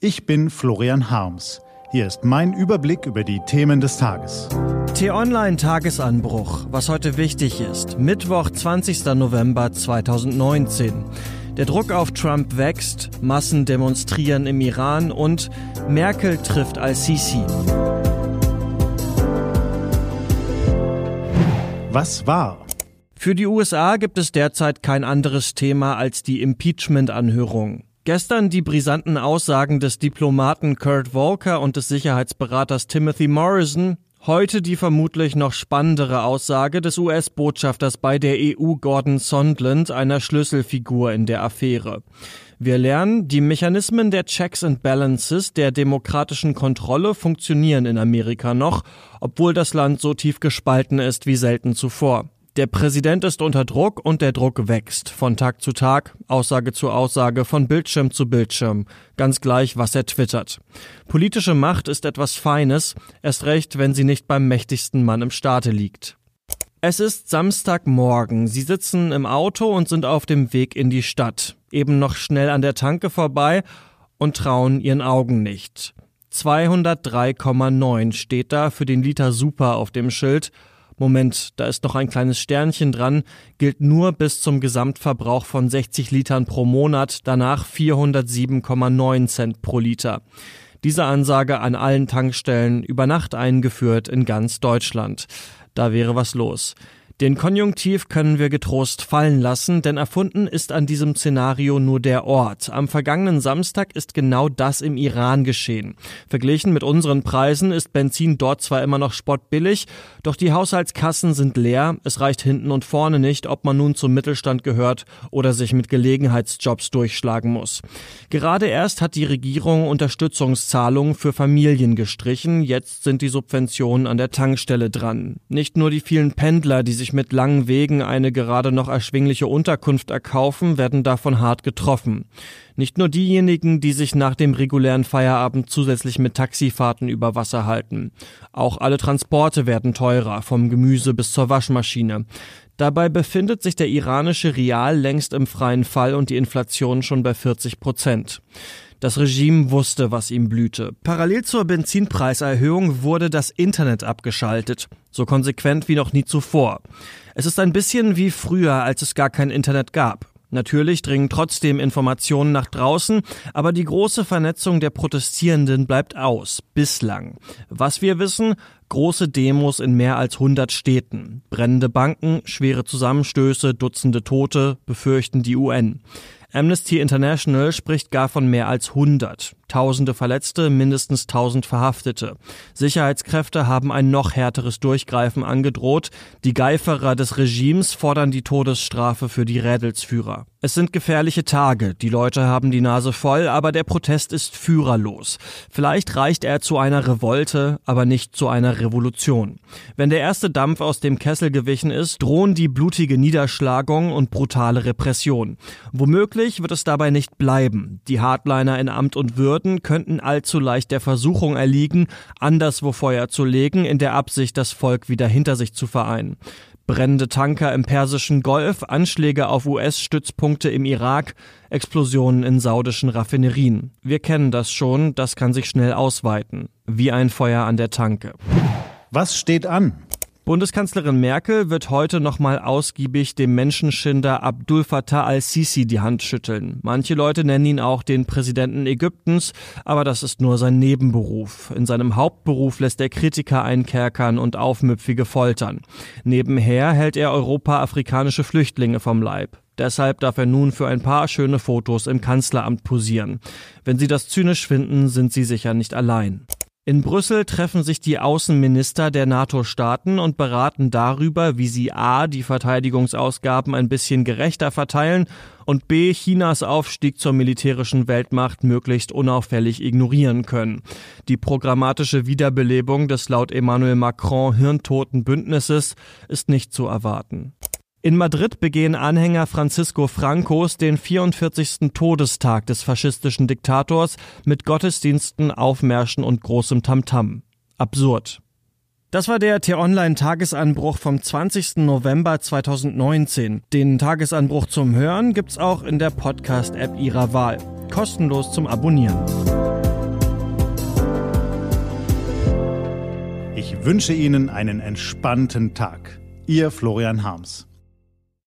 Ich bin Florian Harms. Hier ist mein Überblick über die Themen des Tages. T-Online-Tagesanbruch, was heute wichtig ist. Mittwoch, 20. November 2019. Der Druck auf Trump wächst, Massen demonstrieren im Iran und Merkel trifft al-Sisi. Was war? Für die USA gibt es derzeit kein anderes Thema als die Impeachment-Anhörung. Gestern die brisanten Aussagen des Diplomaten Kurt Volker und des Sicherheitsberaters Timothy Morrison. Heute die vermutlich noch spannendere Aussage des US-Botschafters bei der EU Gordon Sondland, einer Schlüsselfigur in der Affäre. Wir lernen, die Mechanismen der Checks and Balances, der demokratischen Kontrolle funktionieren in Amerika noch, obwohl das Land so tief gespalten ist wie selten zuvor. Der Präsident ist unter Druck und der Druck wächst. Von Tag zu Tag, Aussage zu Aussage, von Bildschirm zu Bildschirm. Ganz gleich, was er twittert. Politische Macht ist etwas Feines, erst recht, wenn sie nicht beim mächtigsten Mann im Staate liegt. Es ist Samstagmorgen. Sie sitzen im Auto und sind auf dem Weg in die Stadt. Eben noch schnell an der Tanke vorbei und trauen ihren Augen nicht. 203,9 steht da für den Liter Super auf dem Schild. Moment, da ist noch ein kleines Sternchen dran, gilt nur bis zum Gesamtverbrauch von 60 Litern pro Monat, danach 407,9 Cent pro Liter. Diese Ansage an allen Tankstellen über Nacht eingeführt in ganz Deutschland. Da wäre was los. Den Konjunktiv können wir getrost fallen lassen, denn erfunden ist an diesem Szenario nur der Ort. Am vergangenen Samstag ist genau das im Iran geschehen. Verglichen mit unseren Preisen ist Benzin dort zwar immer noch spottbillig, doch die Haushaltskassen sind leer. Es reicht hinten und vorne nicht, ob man nun zum Mittelstand gehört oder sich mit Gelegenheitsjobs durchschlagen muss. Gerade erst hat die Regierung Unterstützungszahlungen für Familien gestrichen. Jetzt sind die Subventionen an der Tankstelle dran. Nicht nur die vielen Pendler, die sich mit langen Wegen eine gerade noch erschwingliche Unterkunft erkaufen, werden davon hart getroffen. Nicht nur diejenigen, die sich nach dem regulären Feierabend zusätzlich mit Taxifahrten über Wasser halten. Auch alle Transporte werden teurer, vom Gemüse bis zur Waschmaschine. Dabei befindet sich der iranische Rial längst im freien Fall und die Inflation schon bei 40%. Das Regime wusste, was ihm blühte. Parallel zur Benzinpreiserhöhung wurde das Internet abgeschaltet. So konsequent wie noch nie zuvor. Es ist ein bisschen wie früher, als es gar kein Internet gab. Natürlich dringen trotzdem Informationen nach draußen, aber die große Vernetzung der Protestierenden bleibt aus. Bislang. Was wir wissen, große Demos in mehr als 100 Städten. Brennende Banken, schwere Zusammenstöße, Dutzende Tote, befürchten die UN. Amnesty International spricht gar von mehr als 100. Tausende Verletzte, mindestens 1000 Verhaftete. Sicherheitskräfte haben ein noch härteres Durchgreifen angedroht. Die Geiferer des Regimes fordern die Todesstrafe für die Rädelsführer. Es sind gefährliche Tage. Die Leute haben die Nase voll, aber der Protest ist führerlos. Vielleicht reicht er zu einer Revolte, aber nicht zu einer Revolution. Wenn der erste Dampf aus dem Kessel gewichen ist, drohen die blutige Niederschlagung und brutale Repression. Womöglich wird es dabei nicht bleiben. Die Hardliner in Amt und Würden könnten allzu leicht der Versuchung erliegen, anderswo Feuer zu legen, in der Absicht, das Volk wieder hinter sich zu vereinen. Brennende Tanker im Persischen Golf, Anschläge auf US-Stützpunkte im Irak, Explosionen in saudischen Raffinerien. Wir kennen das schon, das kann sich schnell ausweiten. Wie ein Feuer an der Tanke. Was steht an? Bundeskanzlerin Merkel wird heute nochmal ausgiebig dem Menschenschinder Abdul Fattah al-Sisi die Hand schütteln. Manche Leute nennen ihn auch den Präsidenten Ägyptens, aber das ist nur sein Nebenberuf. In seinem Hauptberuf lässt er Kritiker einkerkern und Aufmüpfige foltern. Nebenher hält er Europa afrikanische Flüchtlinge vom Leib. Deshalb darf er nun für ein paar schöne Fotos im Kanzleramt posieren. Wenn Sie das zynisch finden, sind Sie sicher nicht allein. In Brüssel treffen sich die Außenminister der NATO-Staaten und beraten darüber, wie sie a. die Verteidigungsausgaben ein bisschen gerechter verteilen und b. Chinas Aufstieg zur militärischen Weltmacht möglichst unauffällig ignorieren können. Die programmatische Wiederbelebung des laut Emmanuel Macron hirntoten Bündnisses ist nicht zu erwarten. In Madrid begehen Anhänger Francisco Francos den 44. Todestag des faschistischen Diktators mit Gottesdiensten, Aufmärschen und großem Tamtam. Absurd. Das war der T-Online-Tagesanbruch vom 20. November 2019. Den Tagesanbruch zum Hören gibt's auch in der Podcast-App Ihrer Wahl. Kostenlos zum Abonnieren. Ich wünsche Ihnen einen entspannten Tag. Ihr Florian Harms.